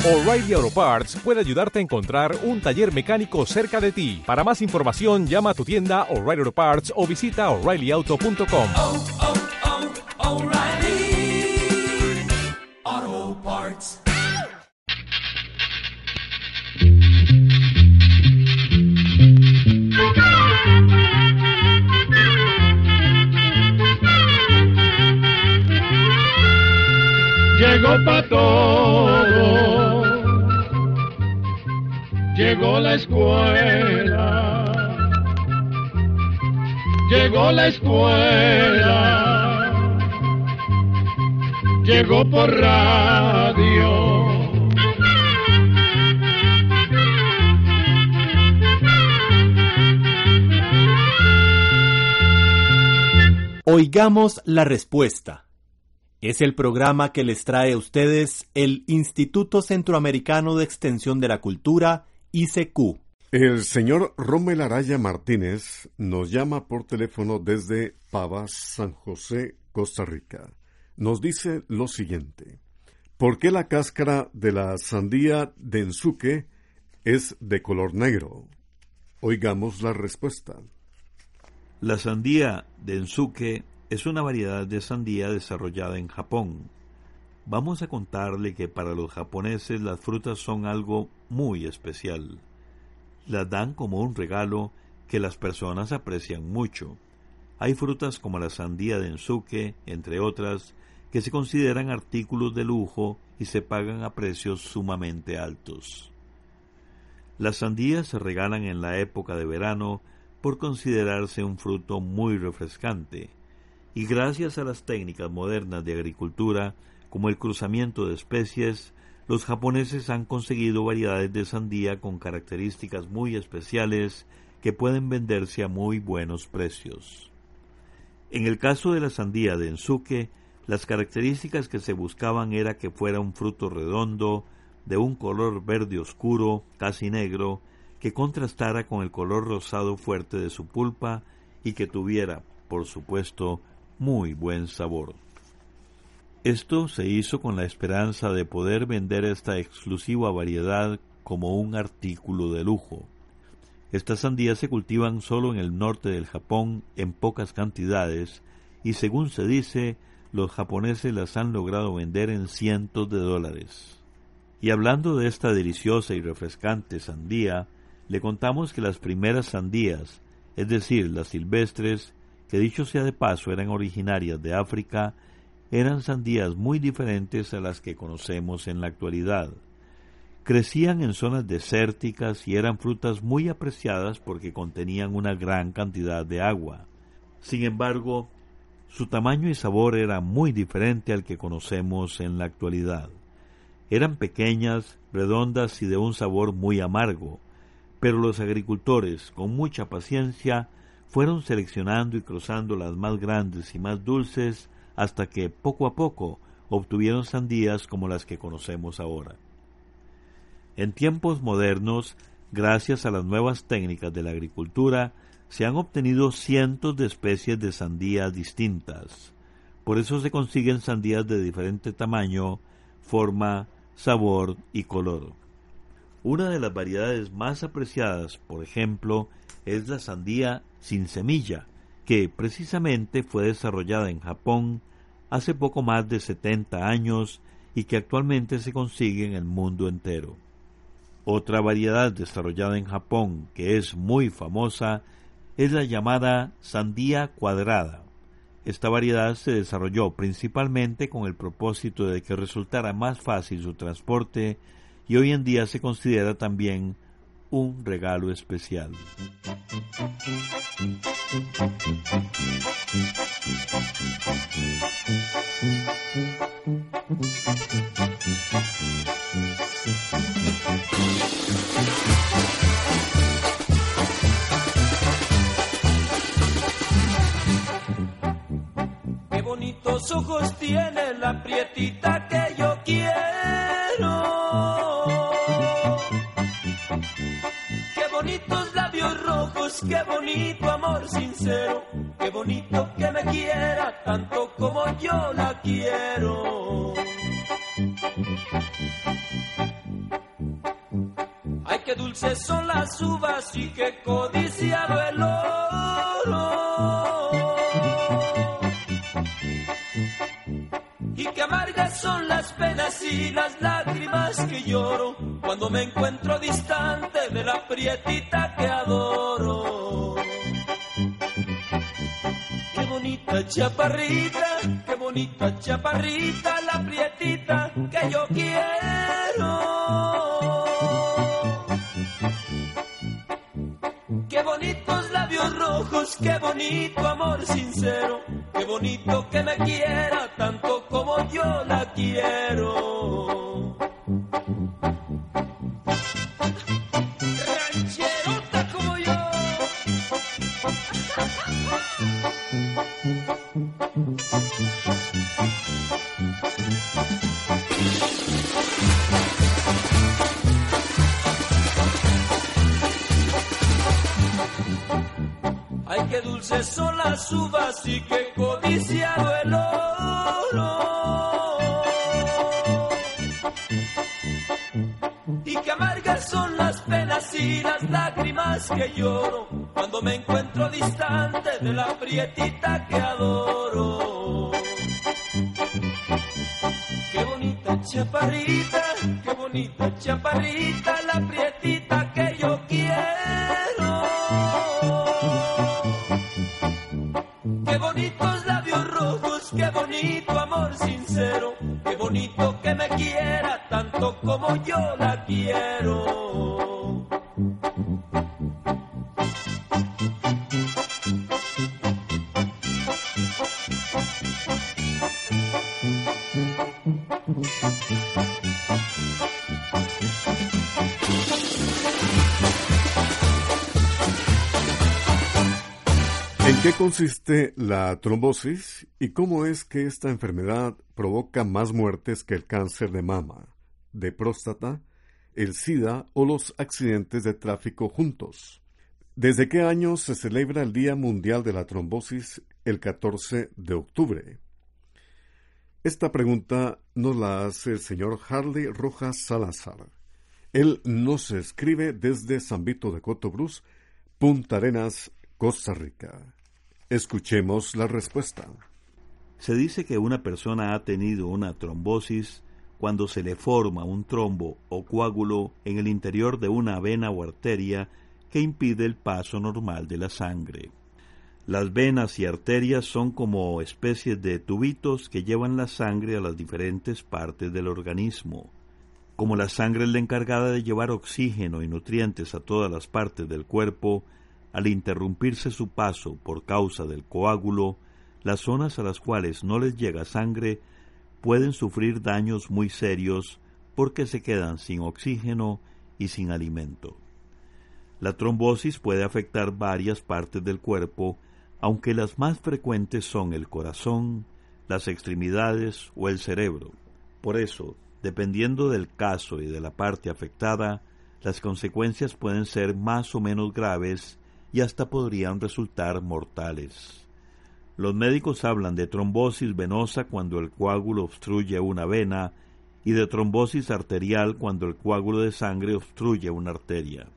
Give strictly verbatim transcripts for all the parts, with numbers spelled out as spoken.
O'Reilly Auto Parts puede ayudarte a encontrar un taller mecánico cerca de ti. Para más información, llama a tu tienda O'Reilly Auto Parts o visita O'Reilly Auto punto com. Oh, oh, oh, O'Reilly Auto Parts. Llegó pa' todo, llegó la escuela, llegó la escuela, llegó por radio. Oigamos la respuesta. Es el programa que les trae a ustedes el Instituto Centroamericano de Extensión de la Cultura, I C Q. El señor Rommel Araya Martínez nos llama por teléfono desde Pavas, San José, Costa Rica. Nos dice lo siguiente: ¿por qué la cáscara de la sandía densuke es de color negro? Oigamos la respuesta. La sandía densuke es una variedad de sandía desarrollada en Japón. Vamos a contarle que para los japoneses las frutas son algo muy especial. Las dan como un regalo que las personas aprecian mucho. Hay frutas como la sandía densuke, entre otras, que se consideran artículos de lujo y se pagan a precios sumamente altos. Las sandías se regalan en la época de verano por considerarse un fruto muy refrescante. Y gracias a las técnicas modernas de agricultura, como el cruzamiento de especies, los japoneses han conseguido variedades de sandía con características muy especiales que pueden venderse a muy buenos precios. En el caso de la sandía densuke, las características que se buscaban era que fuera un fruto redondo, de un color verde oscuro, casi negro, que contrastara con el color rosado fuerte de su pulpa y que tuviera, por supuesto, muy buen sabor. Esto se hizo con la esperanza de poder vender esta exclusiva variedad como un artículo de lujo. Estas sandías se cultivan solo en el norte del Japón en pocas cantidades y, según se dice, los japoneses las han logrado vender en cientos de dólares. Y hablando de esta deliciosa y refrescante sandía, le contamos que las primeras sandías, es decir, las silvestres, que dicho sea de paso eran originarias de África, eran sandías muy diferentes a las que conocemos en la actualidad. Crecían en zonas desérticas y eran frutas muy apreciadas porque contenían una gran cantidad de agua. Sin embargo, su tamaño y sabor era muy diferente al que conocemos en la actualidad. Eran pequeñas, redondas y de un sabor muy amargo, pero los agricultores, con mucha paciencia, fueron seleccionando y cruzando las más grandes y más dulces hasta que, poco a poco, obtuvieron sandías como las que conocemos ahora. En tiempos modernos, gracias a las nuevas técnicas de la agricultura, se han obtenido cientos de especies de sandías distintas. Por eso se consiguen sandías de diferente tamaño, forma, sabor y color. Una de las variedades más apreciadas, por ejemplo, es la sandía sin semilla, que precisamente fue desarrollada en Japón hace poco más de setenta años y que actualmente se consigue en el mundo entero. Otra variedad desarrollada en Japón que es muy famosa es la llamada sandía cuadrada. Esta variedad se desarrolló principalmente con el propósito de que resultara más fácil su transporte y hoy en día se considera también un regalo especial. Qué bonitos ojos tiene la prietita que yo quiero. Bonitos labios rojos, qué bonito amor sincero, qué bonito que me quiera tanto como yo la quiero. dulces son las uvas y qué codiciado el oro. Y qué amargas son las penas y las lágrimas que lloro cuando me encuentro distante de la prietita que adoro. Qué bonita chaparrita, qué bonita chaparrita, la prietita que yo quiero. Qué bonitos labios rojos, qué bonito amor sincero, qué bonito que me quiera tanto como yo la quiero. Rancherota como yo. Ay, qué dulces son las uvas y qué codiciado el oro. Y qué amargas son las penas y las lágrimas que lloro cuando me encuentro distante de la prietita que adoro. Qué bonita chaparrita, qué bonita chaparrita, la prietita que yo quiero. Qué bonitos labios rojos, qué bonito amor sincero, qué bonito que me quiera tanto como yo la quiero. ¿En qué consiste la trombosis y cómo es que esta enfermedad provoca más muertes que el cáncer de mama, de próstata, el SIDA o los accidentes de tráfico juntos? ¿Desde qué año se celebra el Día Mundial de la Trombosis el catorce de octubre? Esta pregunta nos la hace el señor Harley Rojas Salazar. Él nos escribe desde San Vito de Cotobruz, Punta Arenas, Costa Rica. Escuchemos la respuesta. Se dice que una persona ha tenido una trombosis cuando se le forma un trombo o coágulo en el interior de una vena o arteria que impide el paso normal de la sangre. Las venas y arterias son como especies de tubitos que llevan la sangre a las diferentes partes del organismo. Como la sangre es la encargada de llevar oxígeno y nutrientes a todas las partes del cuerpo, al interrumpirse su paso por causa del coágulo, las zonas a las cuales no les llega sangre pueden sufrir daños muy serios porque se quedan sin oxígeno y sin alimento. La trombosis puede afectar varias partes del cuerpo, aunque las más frecuentes son el corazón, las extremidades o el cerebro. Por eso, dependiendo del caso y de la parte afectada, las consecuencias pueden ser más o menos graves y hasta podrían resultar mortales. Los médicos hablan de trombosis venosa cuando el coágulo obstruye una vena y de trombosis arterial cuando el coágulo de sangre obstruye una arteria.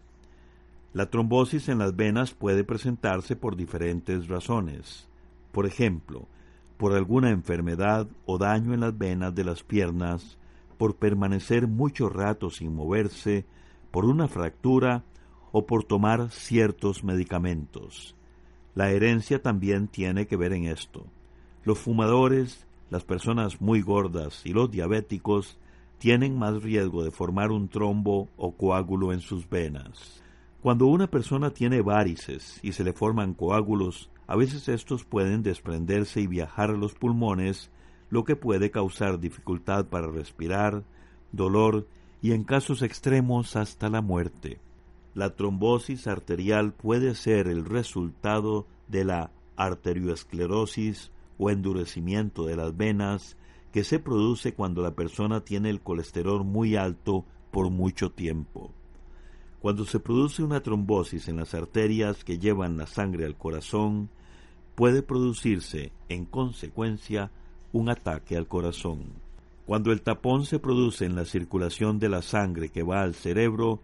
La trombosis en las venas puede presentarse por diferentes razones. Por ejemplo, por alguna enfermedad o daño en las venas de las piernas, por permanecer mucho rato sin moverse, por una fractura o por tomar ciertos medicamentos. La herencia también tiene que ver en esto. Los fumadores, las personas muy gordas y los diabéticos tienen más riesgo de formar un trombo o coágulo en sus venas. Cuando una persona tiene varices y se le forman coágulos, a veces estos pueden desprenderse y viajar a los pulmones, lo que puede causar dificultad para respirar, dolor y en casos extremos hasta la muerte. La trombosis arterial puede ser el resultado de la arterioesclerosis o endurecimiento de las venas que se produce cuando la persona tiene el colesterol muy alto por mucho tiempo. Cuando se produce una trombosis en las arterias que llevan la sangre al corazón, puede producirse, en consecuencia, un ataque al corazón. Cuando el tapón se produce en la circulación de la sangre que va al cerebro,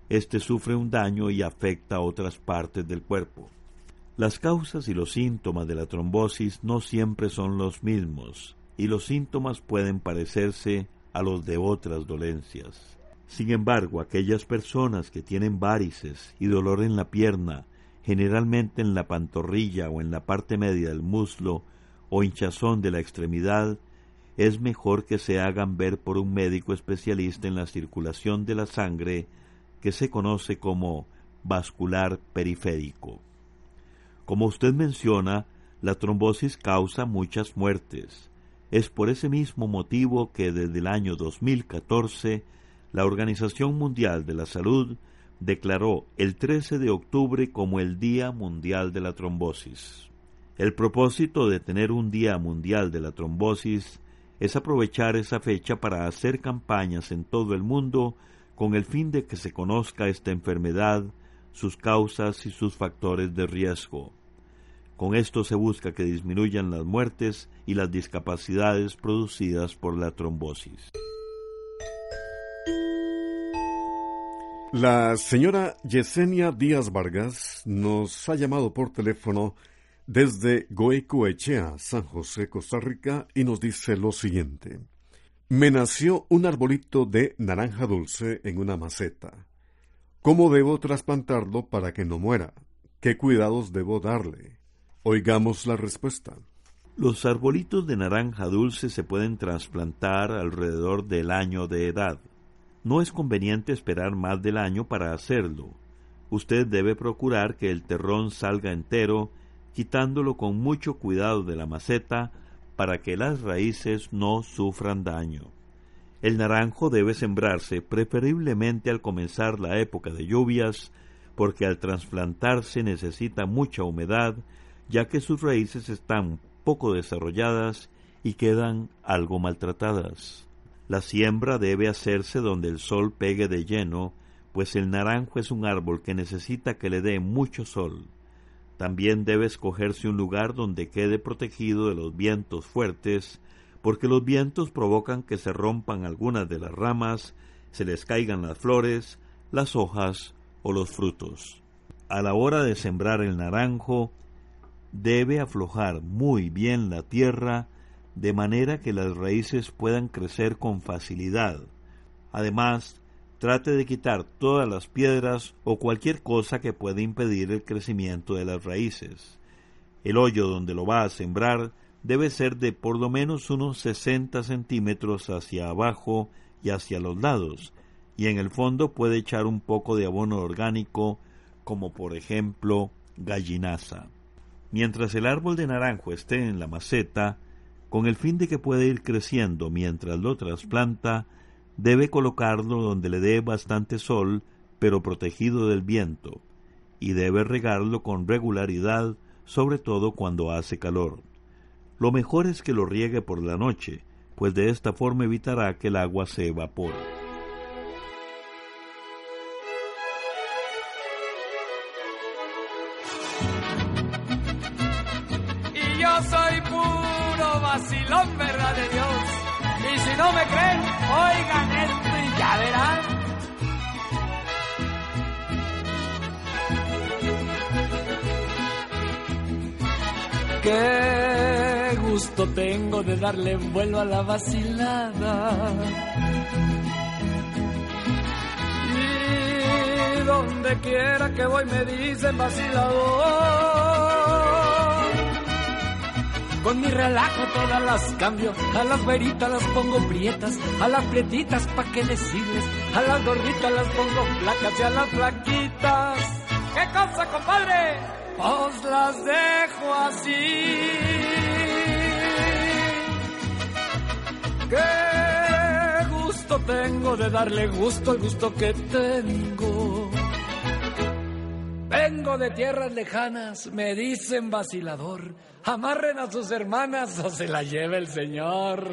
Este sufre un daño y afecta a otras partes del cuerpo. Las causas y los síntomas de la trombosis no siempre son los mismos, y los síntomas pueden parecerse a los de otras dolencias. Sin embargo, aquellas personas que tienen varices y dolor en la pierna, generalmente en la pantorrilla o en la parte media del muslo, o hinchazón de la extremidad, es mejor que se hagan ver por un médico especialista en la circulación de la sangre, que se conoce como vascular periférico. Como usted menciona, la trombosis causa muchas muertes. Es por ese mismo motivo que desde el año dos mil catorce, la Organización Mundial de la Salud declaró el trece de octubre como el Día Mundial de la Trombosis. El propósito de tener un Día Mundial de la Trombosis es aprovechar esa fecha para hacer campañas en todo el mundo con el fin de que se conozca esta enfermedad, sus causas y sus factores de riesgo. Con esto se busca que disminuyan las muertes y las discapacidades producidas por la trombosis. La señora Yesenia Díaz Vargas nos ha llamado por teléfono desde Goicoechea, San José, Costa Rica, y nos dice lo siguiente. Me nació un arbolito de naranja dulce en una maceta. ¿Cómo debo trasplantarlo para que no muera? ¿Qué cuidados debo darle? Oigamos la respuesta. Los arbolitos de naranja dulce se pueden trasplantar alrededor del año de edad. No es conveniente esperar más del año para hacerlo. Usted debe procurar que el terrón salga entero, quitándolo con mucho cuidado de la maceta para que las raíces no sufran daño. El naranjo debe sembrarse preferiblemente al comenzar la época de lluvias, porque al trasplantarse necesita mucha humedad, ya que sus raíces están poco desarrolladas y quedan algo maltratadas. La siembra debe hacerse donde el sol pegue de lleno, pues el naranjo es un árbol que necesita que le dé mucho sol. También debe escogerse un lugar donde quede protegido de los vientos fuertes, porque los vientos provocan que se rompan algunas de las ramas, se les caigan las flores, las hojas o los frutos. A la hora de sembrar el naranjo, debe aflojar muy bien la tierra, de manera que las raíces puedan crecer con facilidad. Además, trate de quitar todas las piedras o cualquier cosa que pueda impedir el crecimiento de las raíces. El hoyo donde lo va a sembrar debe ser de por lo menos unos sesenta centímetros hacia abajo y hacia los lados, y en el fondo puede echar un poco de abono orgánico, como por ejemplo gallinaza. Mientras el árbol de naranjo esté en la maceta, con el fin de que pueda ir creciendo mientras lo trasplanta, debe colocarlo donde le dé bastante sol, pero protegido del viento, y debe regarlo con regularidad, sobre todo cuando hace calor. Lo mejor es que lo riegue por la noche, pues de esta forma evitará que el agua se evapore. Y yo soy puro vacilón, verdad de Dios. Y si no me creen, oigan esto y ya verán. Qué gusto tengo de darle vuelo a la vacilada. Y donde quiera que voy me dicen vacilador. Con mi relajo todas las cambio, a las güeritas las pongo prietas, a las prietitas pa' qué decirles, a las gorditas las pongo flacas y a las flaquitas. ¿Qué cosa, compadre? Os las dejo así. Qué gusto tengo de darle gusto al gusto que tengo. Vengo de tierras lejanas, me dicen vacilador. Amarren a sus hermanas o se la lleve el señor.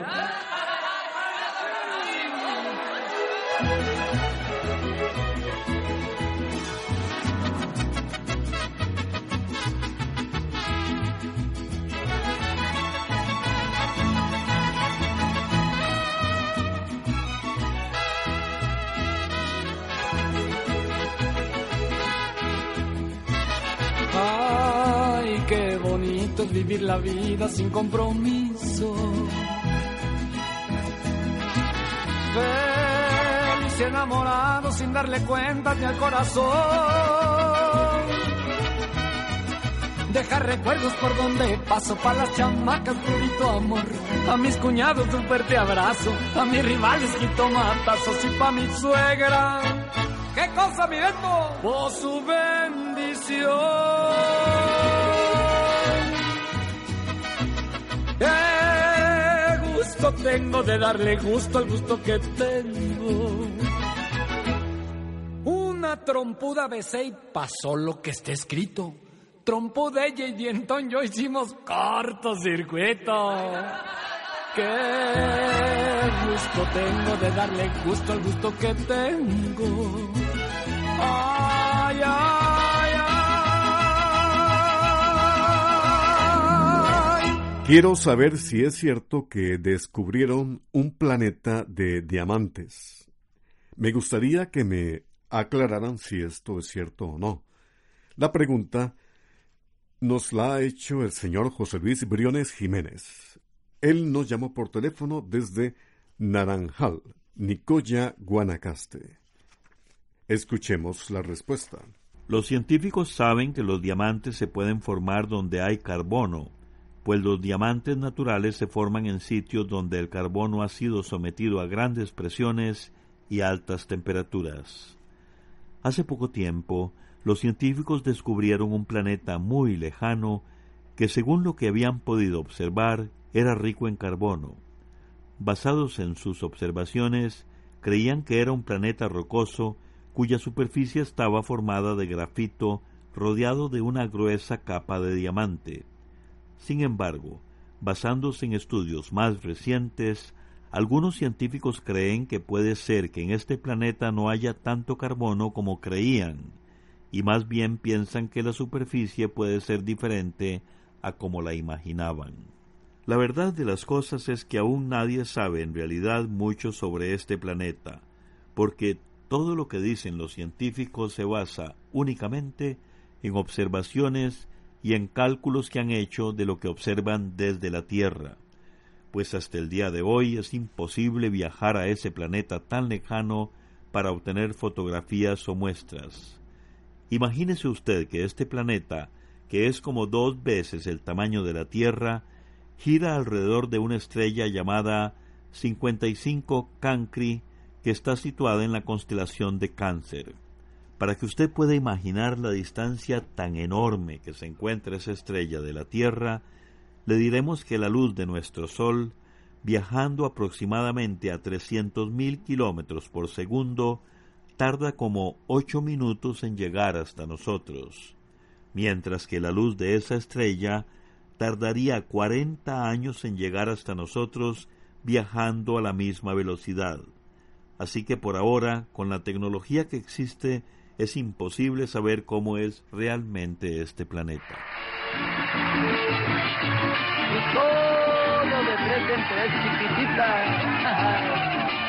vivir la vida sin compromiso. Feliz y enamorado sin darle cuenta ni al corazón. Dejar recuerdos por donde paso, pa' las chamacas purito amor, a mis cuñados un fuerte abrazo, a mis rivales quito matazos y pa' mi suegra, ¿qué cosa mi Beto? Por su bendición. Qué gusto tengo de darle gusto al gusto que tengo. Una trompuda besé y pasó lo que está escrito. Trompo de ella y dientón yo hicimos cortocircuito. Qué gusto tengo de darle gusto al gusto que tengo. Ay, ay, ay. Quiero saber si es cierto que descubrieron un planeta de diamantes. Me gustaría que me aclararan si esto es cierto o no. La pregunta nos la ha hecho el señor José Luis Briones Jiménez. Él nos llamó por teléfono desde Naranjal, Nicoya, Guanacaste. Escuchemos la respuesta. Los científicos saben que los diamantes se pueden formar donde hay carbono, pues los diamantes naturales se forman en sitios donde el carbono ha sido sometido a grandes presiones y altas temperaturas. Hace poco tiempo, los científicos descubrieron un planeta muy lejano que, según lo que habían podido observar, era rico en carbono. Basados en sus observaciones, creían que era un planeta rocoso cuya superficie estaba formada de grafito rodeado de una gruesa capa de diamante. Sin embargo, basándose en estudios más recientes, algunos científicos creen que puede ser que en este planeta no haya tanto carbono como creían, y más bien piensan que la superficie puede ser diferente a como la imaginaban. La verdad de las cosas es que aún nadie sabe en realidad mucho sobre este planeta, porque todo lo que dicen los científicos se basa únicamente en observaciones y en cálculos que han hecho de lo que observan desde la Tierra, pues hasta el día de hoy es imposible viajar a ese planeta tan lejano para obtener fotografías o muestras. Imagínese usted que este planeta, que es como dos veces el tamaño de la Tierra, gira alrededor de una estrella llamada cincuenta y cinco Cancri, que está situada en la constelación de Cáncer. Para que usted pueda imaginar la distancia tan enorme que se encuentra esa estrella de la Tierra, le diremos que la luz de nuestro Sol, viajando aproximadamente a trescientos mil kilómetros por segundo, tarda como ocho minutos en llegar hasta nosotros, mientras que la luz de esa estrella tardaría cuarenta años en llegar hasta nosotros viajando a la misma velocidad. Así que por ahora, con la tecnología que existe, es imposible saber cómo es realmente este planeta. Y todo de tres en tres, chiquitita.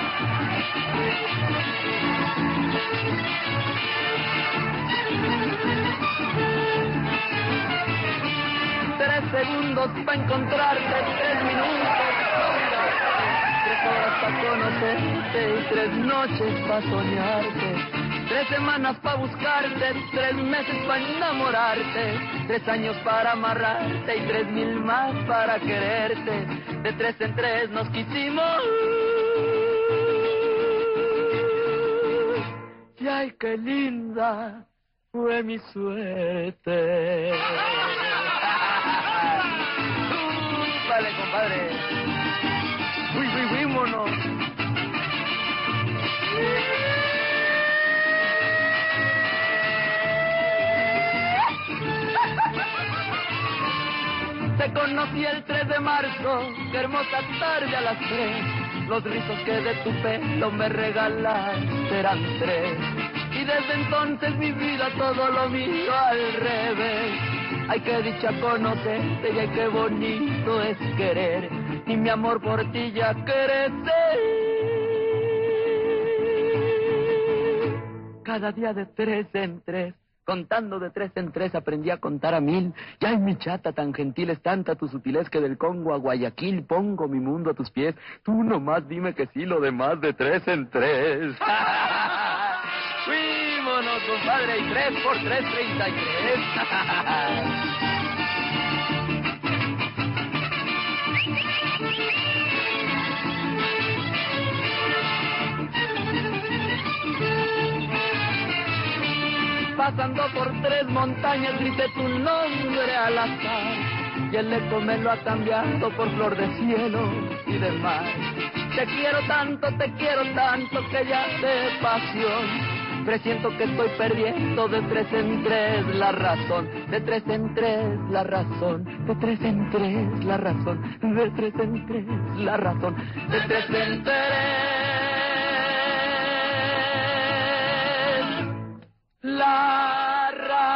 Tres segundos para encontrarte, tres minutos, tres horas para conocerte y tres noches para soñarte, tres semanas para buscarte, tres meses para enamorarte, tres años para amarrarte y tres mil más para quererte. De tres en tres nos quisimos. Y ay, qué linda fue mi suerte. Vale, compadre. Uy, uy, uy, mono. Te conocí el tres de marzo, qué hermosa tarde a las tres. Los rizos que de tu pelo me regalaste eran tres. Y desde entonces mi vida todo lo mío al revés. Ay, qué dicha conocerte y ay, qué bonito es querer. Y mi amor por ti ya crece. Cada día de tres en tres Contando de tres en tres aprendí a contar a mil. Y ay, mi chata, tan gentil es tanta tu sutilez que del Congo a Guayaquil pongo mi mundo a tus pies. Tú nomás dime que sí, lo demás de tres en tres. Fuímonos, compadre, y tres por tres, treinta y tres. Pasando por tres montañas grité tu nombre al azar y el eco me lo ha cambiado por flor de cielo y de mar. Te quiero tanto, te quiero tanto que ya de pasión presiento que estoy perdiendo de tres en tres la razón, de tres en tres la razón, de tres en tres la razón, de tres en tres la razón, de tres en tres. La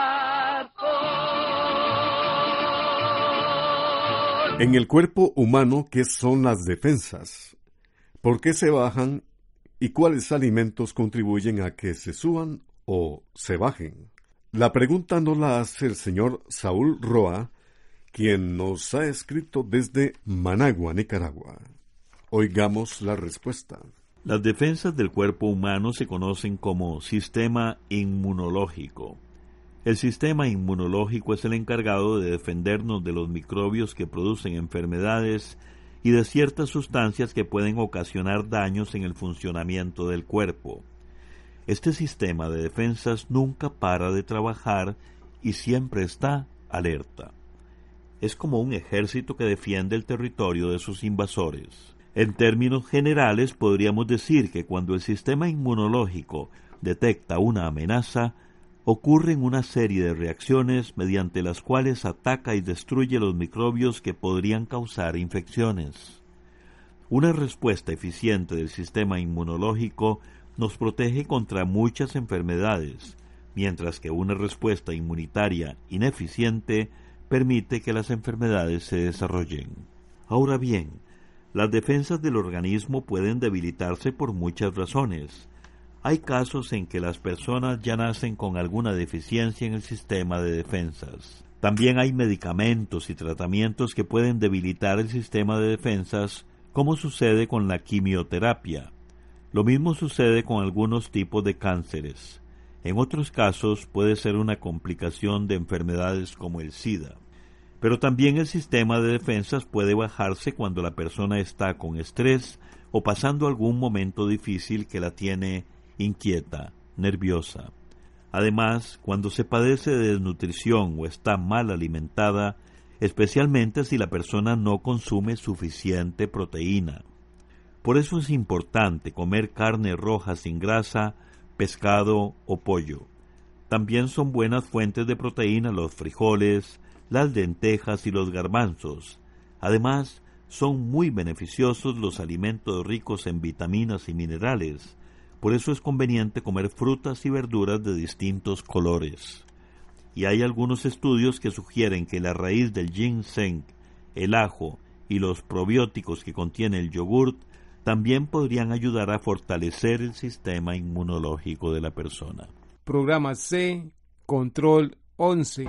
razón. En el cuerpo humano, ¿qué son las defensas? ¿Por qué se bajan? ¿Y cuáles alimentos contribuyen a que se suban o se bajen? La pregunta nos la hace el señor Saúl Roa, quien nos ha escrito desde Managua, Nicaragua. Oigamos la respuesta. Las defensas del cuerpo humano se conocen como sistema inmunológico. El sistema inmunológico es el encargado de defendernos de los microbios que producen enfermedades y de ciertas sustancias que pueden ocasionar daños en el funcionamiento del cuerpo. Este sistema de defensas nunca para de trabajar y siempre está alerta. Es como un ejército que defiende el territorio de sus invasores. En términos generales, podríamos decir que cuando el sistema inmunológico detecta una amenaza, ocurren una serie de reacciones mediante las cuales ataca y destruye los microbios que podrían causar infecciones. Una respuesta eficiente del sistema inmunológico nos protege contra muchas enfermedades, mientras que una respuesta inmunitaria ineficiente permite que las enfermedades se desarrollen. Ahora bien, las defensas del organismo pueden debilitarse por muchas razones. Hay casos en que las personas ya nacen con alguna deficiencia en el sistema de defensas. También hay medicamentos y tratamientos que pueden debilitar el sistema de defensas, como sucede con la quimioterapia. Lo mismo sucede con algunos tipos de cánceres. En otros casos puede ser una complicación de enfermedades como el SIDA. Pero también el sistema de defensas puede bajarse cuando la persona está con estrés o pasando algún momento difícil que la tiene inquieta, nerviosa. Además, cuando se padece de desnutrición o está mal alimentada, especialmente si la persona no consume suficiente proteína. Por eso es importante comer carne roja sin grasa, pescado o pollo. También son buenas fuentes de proteína los frijoles, las lentejas y los garbanzos. Además, son muy beneficiosos los alimentos ricos en vitaminas y minerales. Por eso es conveniente comer frutas y verduras de distintos colores. Y hay algunos estudios que sugieren que la raíz del ginseng, el ajo y los probióticos que contiene el yogurt también podrían ayudar a fortalecer el sistema inmunológico de la persona. Programa C, Control once.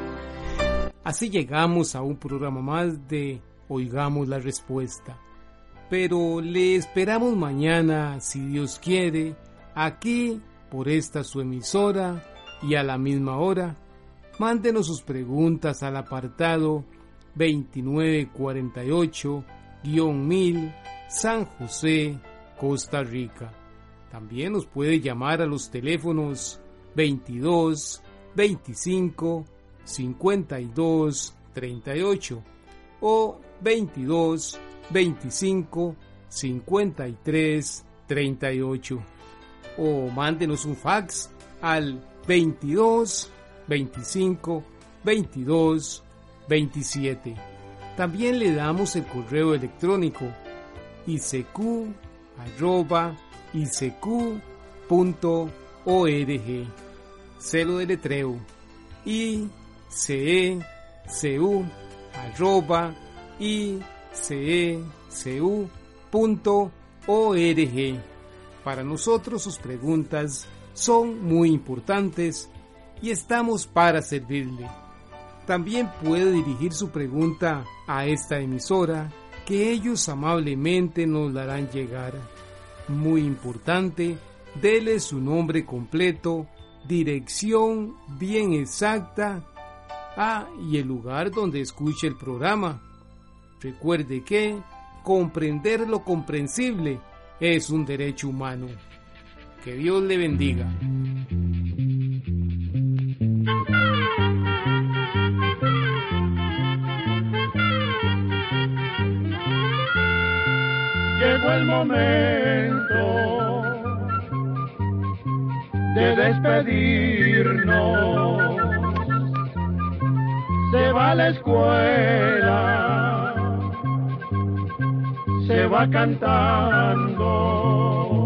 Así llegamos a un programa más de Oigamos la Respuesta. Pero le esperamos mañana, si Dios quiere, aquí, por esta su emisora, y a la misma hora. Mándenos sus preguntas al apartado veintinueve cuarenta y ocho mil, San José, Costa Rica. También nos puede llamar a los teléfonos veintidós, veinticinco, cincuenta y dos, treinta y ocho o veintidós, veinticinco, cincuenta y tres, treinta y ocho, o mándenos un fax al veintidós, veinticinco, veintidós, veintisiete. También le damos el correo electrónico i c q arroba i c q punto org. Se lo deletreo: i c e c u arroba i c e c u punto org. Para nosotros sus preguntas son muy importantes y estamos para servirle. También puede dirigir su pregunta a esta emisora, que ellos amablemente nos la harán llegar. Muy importante, dele su nombre completo, dirección bien exacta, ah, y el lugar donde escuche el programa. Recuerde que comprender lo comprensible es un derecho humano. Que Dios le bendiga. Llegó el momento de despedirnos. Se va a la escuela, se va cantando.